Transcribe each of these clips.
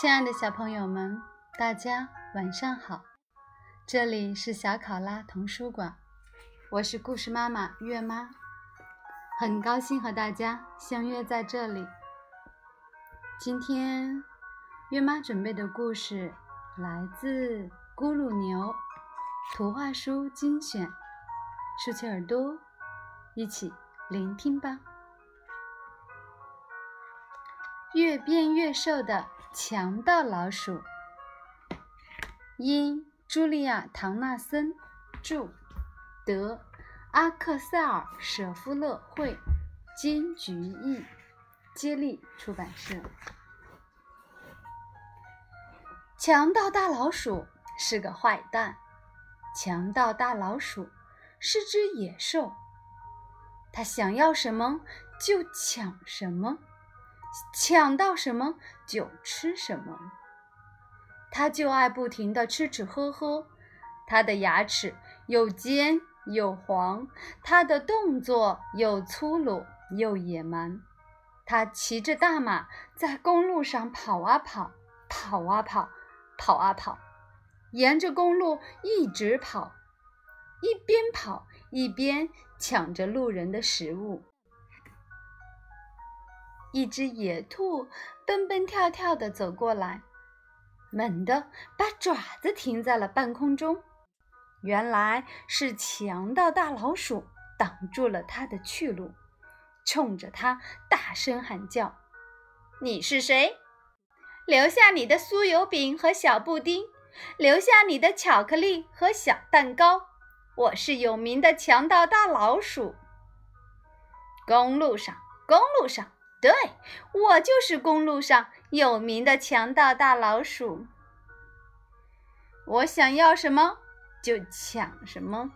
亲爱的小朋友们，大家晚上好，这里是小考拉童书馆，我是故事妈妈月妈，很高兴和大家相约在这里。今天月妈准备的故事来自《咕噜牛》图画书精选，竖起耳朵一起聆听吧。越变越瘦的强盗老鼠，因茱莉亚·唐纳森著，德阿克塞尔·舍夫勒绘，金菊译，接力出版社。强盗大老鼠是个坏蛋，强盗大老鼠是只野兽，它想要什么就抢什么，抢到什么就吃什么，他就爱不停地吃吃喝喝，他的牙齿又尖又黄，他的动作又粗鲁又野蛮，他骑着大马在公路上跑啊跑，跑啊跑，跑啊跑，沿着公路一直跑，一边跑一边抢着路人的食物。一只野兔蹦蹦跳跳地走过来，猛地把爪子停在了半空中，原来是强盗大老鼠挡住了它的去路，冲着它大声喊叫：你是谁？留下你的酥油饼和小布丁，留下你的巧克力和小蛋糕，我是有名的强盗大老鼠。公路上，公路上，对，我就是公路上有名的强盗大老鼠。我想要什么就抢什么。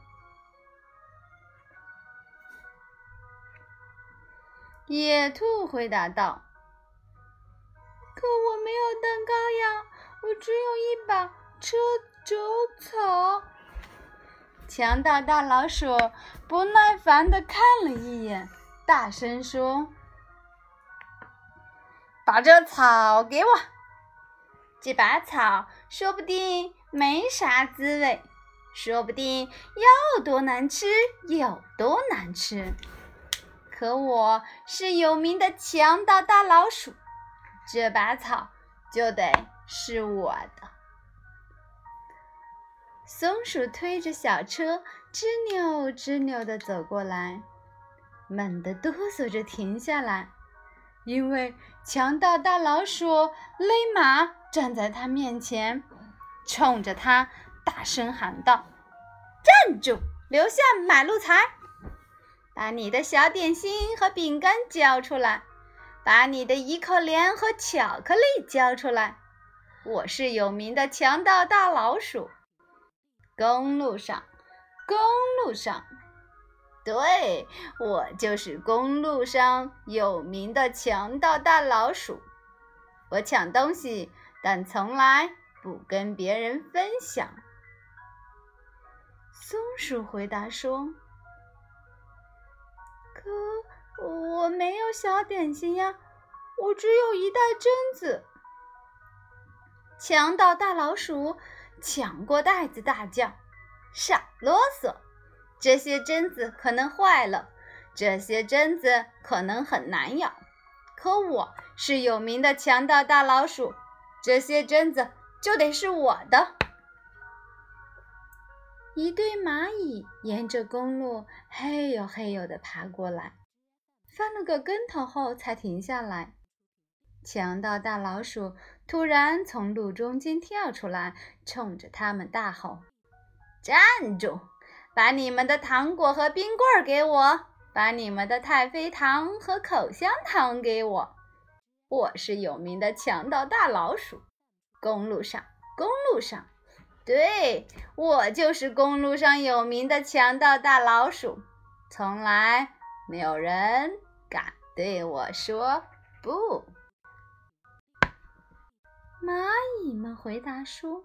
野兔回答道：可我没有蛋糕呀，我只有一把车轴草。强盗大老鼠不耐烦地看了一眼，大声说：把这草给我！这把草说不定没啥滋味，说不定要多难吃有多难吃。可我是有名的强盗大老鼠，这把草就得是我的。松鼠推着小车吱扭吱扭地走过来，猛地哆嗦着停下来，因为强盗大老鼠勒马站在他面前，冲着他大声喊道：站住，留下买路财！把你的小点心和饼干交出来，把你的一口莲和巧克力交出来，我是有名的强盗大老鼠。公路上，公路上，对，我就是公路上有名的强盗大老鼠。我抢东西，但从来不跟别人分享。松鼠回答说：可我没有小点心呀，我只有一袋榛子。强盗大老鼠抢过袋子大叫：少啰嗦，这些榛子可能坏了，这些榛子可能很难咬，可我是有名的强盗大老鼠，这些榛子就得是我的。一对蚂蚁沿着公路嘿呦嘿呦地爬过来，翻了个跟头后才停下来。强盗大老鼠突然从路中间跳出来，冲着他们大吼：站住！把你们的糖果和冰棍给我，把你们的太妃糖和口香糖给我，我是有名的强盗大老鼠。公路上，公路上，对，我就是公路上有名的强盗大老鼠，从来没有人敢对我说不。蚂蚁们回答说：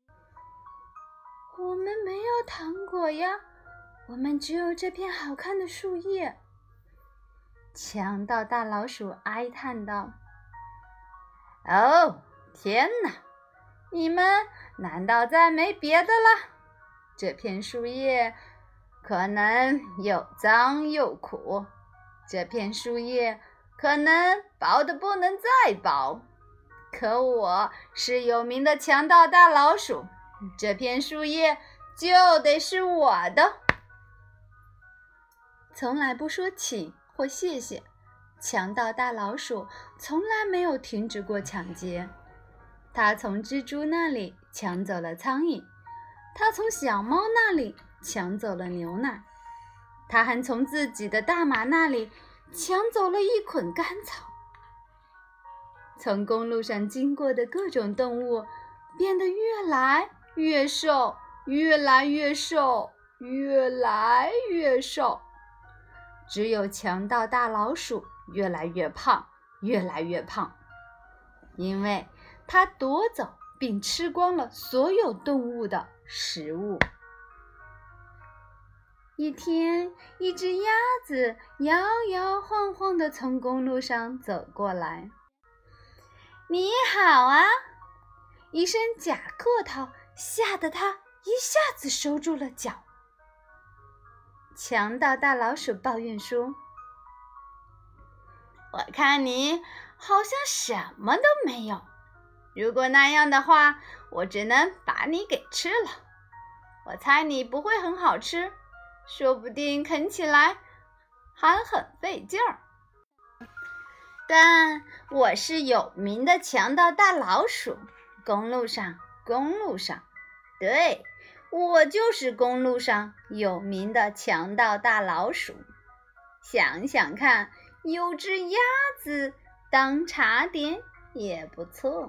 我们没有糖果呀，我们只有这片好看的树叶。强盗大老鼠哀叹道：哦， 天哪，你们难道再没别的了？这片树叶可能又脏又苦，这片树叶可能薄得不能再薄。可我是有名的强盗大老鼠，这片树叶就得是我的。从来不说请或谢谢，强盗大老鼠从来没有停止过抢劫。他从蜘蛛那里抢走了苍蝇，他从小猫那里抢走了牛奶，他还从自己的大马那里抢走了一捆干草。从公路上经过的各种动物变得越来越瘦，越来越瘦，越来越瘦。只有强盗大老鼠越来越胖，越来越胖，因为它夺走并吃光了所有动物的食物。一天，一只鸭子摇摇晃晃地从公路上走过来。你好啊！一声假客套吓得它一下子收住了脚。强盗大老鼠抱怨说：“我看你好像什么都没有，如果那样的话，我只能把你给吃了。我猜你不会很好吃，说不定啃起来还很费劲儿。但我是有名的强盗大老鼠，公路上，对，我就是公路上有名的强盗大老鼠。想想看，有只鸭子当茶点也不错。”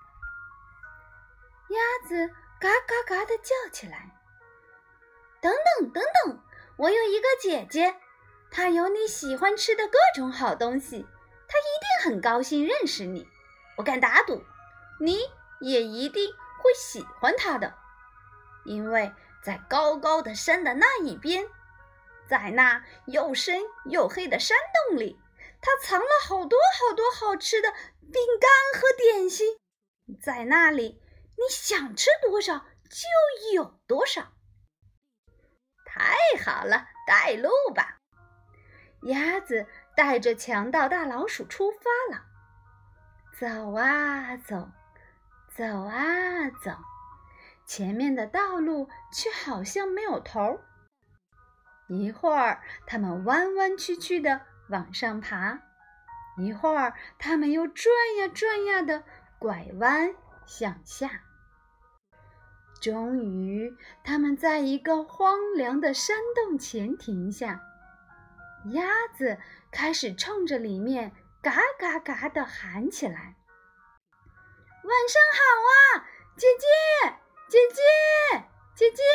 鸭子嘎嘎嘎地叫起来：“等等，我有一个姐姐，她有你喜欢吃的各种好东西，她一定很高兴认识你。我敢打赌，你也一定会喜欢她的，因为在高高的山的那一边，在那又深又黑的山洞里，她藏了好多好多好吃的饼干和点心，在那里你想吃多少就有多少。”太好了，带路吧！鸭子带着强盗大老鼠出发了。走啊走，走啊走，前面的道路却好像没有头。一会儿，他们弯弯曲曲地往上爬，一会儿，他们又转呀转呀地拐弯向下。终于，他们在一个荒凉的山洞前停下。鸭子开始冲着里面嘎嘎嘎地喊起来：“晚上好啊，姐姐，姐姐，姐姐，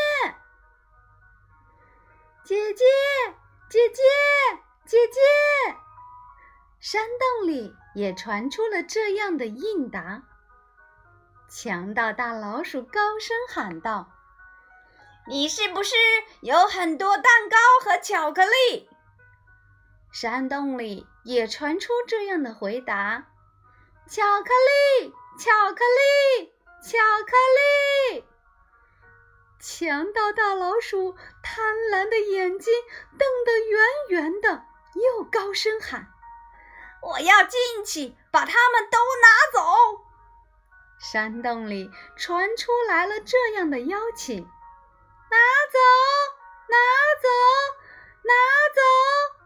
姐姐，姐姐，姐姐！”山洞里也传出了这样的应答。强盗大老鼠高声喊道：“你是不是有很多蛋糕和巧克力？”山洞里也传出这样的回答：“巧克力，巧克力，巧克力！”强盗大老鼠贪婪的眼睛瞪得圆圆的，又高声喊：“我要进去，把它们都拿走！”山洞里传出来了这样的邀请：“拿走，拿走，拿走！”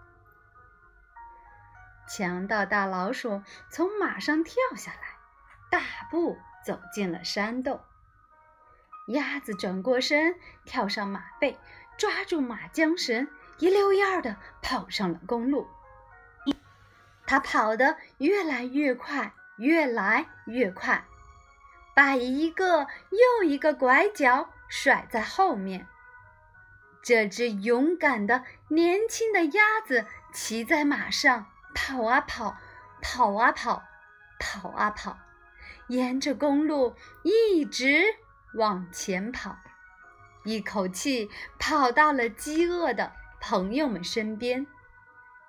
强盗大老鼠从马上跳下来，大步走进了山洞。鸭子转过身，跳上马背，抓住马缰绳，一溜烟儿地跑上了公路。它跑得越来越快，越来越快，把一个又一个拐角甩在后面。这只勇敢的年轻的鸭子骑在马上，跑啊跑，跑啊跑，跑啊跑，沿着公路一直往前跑，一口气跑到了饥饿的朋友们身边。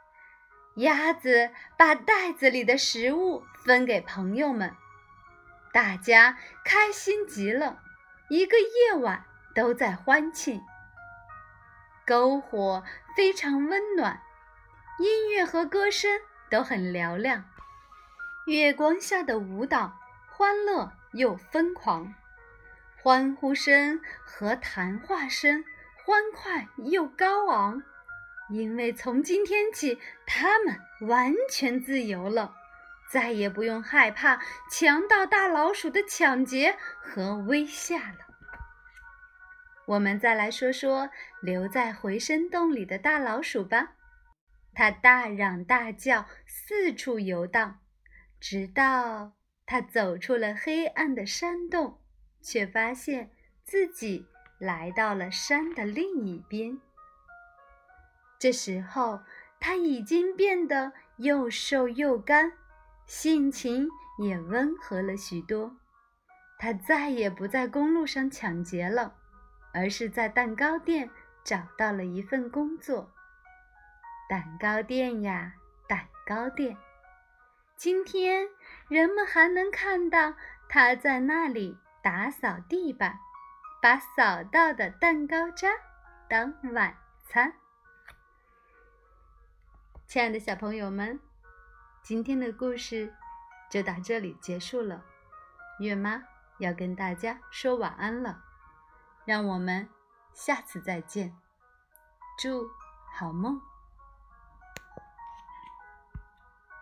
鸭子把袋子里的食物分给朋友们， 大家开心极了，一个夜晚都在欢庆。篝火非常温暖，音乐和歌声都很嘹亮。月光下的舞蹈欢乐又疯狂，欢呼声和谈话声欢快又高昂，因为从今天起，他们完全自由了，再也不用害怕强盗大老鼠的抢劫和威吓了。我们再来说说留在回声洞里的大老鼠吧。它大嚷大叫，四处游荡，直到它走出了黑暗的山洞，却发现自己来到了山的另一边。这时候，它已经变得又瘦又干，性情也温和了许多。它再也不在公路上抢劫了，而是在蛋糕店找到了一份工作。蛋糕店呀，蛋糕店，今天人们还能看到他在那里打扫地板，把扫到的蛋糕渣当晚餐。亲爱的小朋友们，今天的故事就到这里结束了。月妈要跟大家说晚安了，让我们下次再见，祝好梦。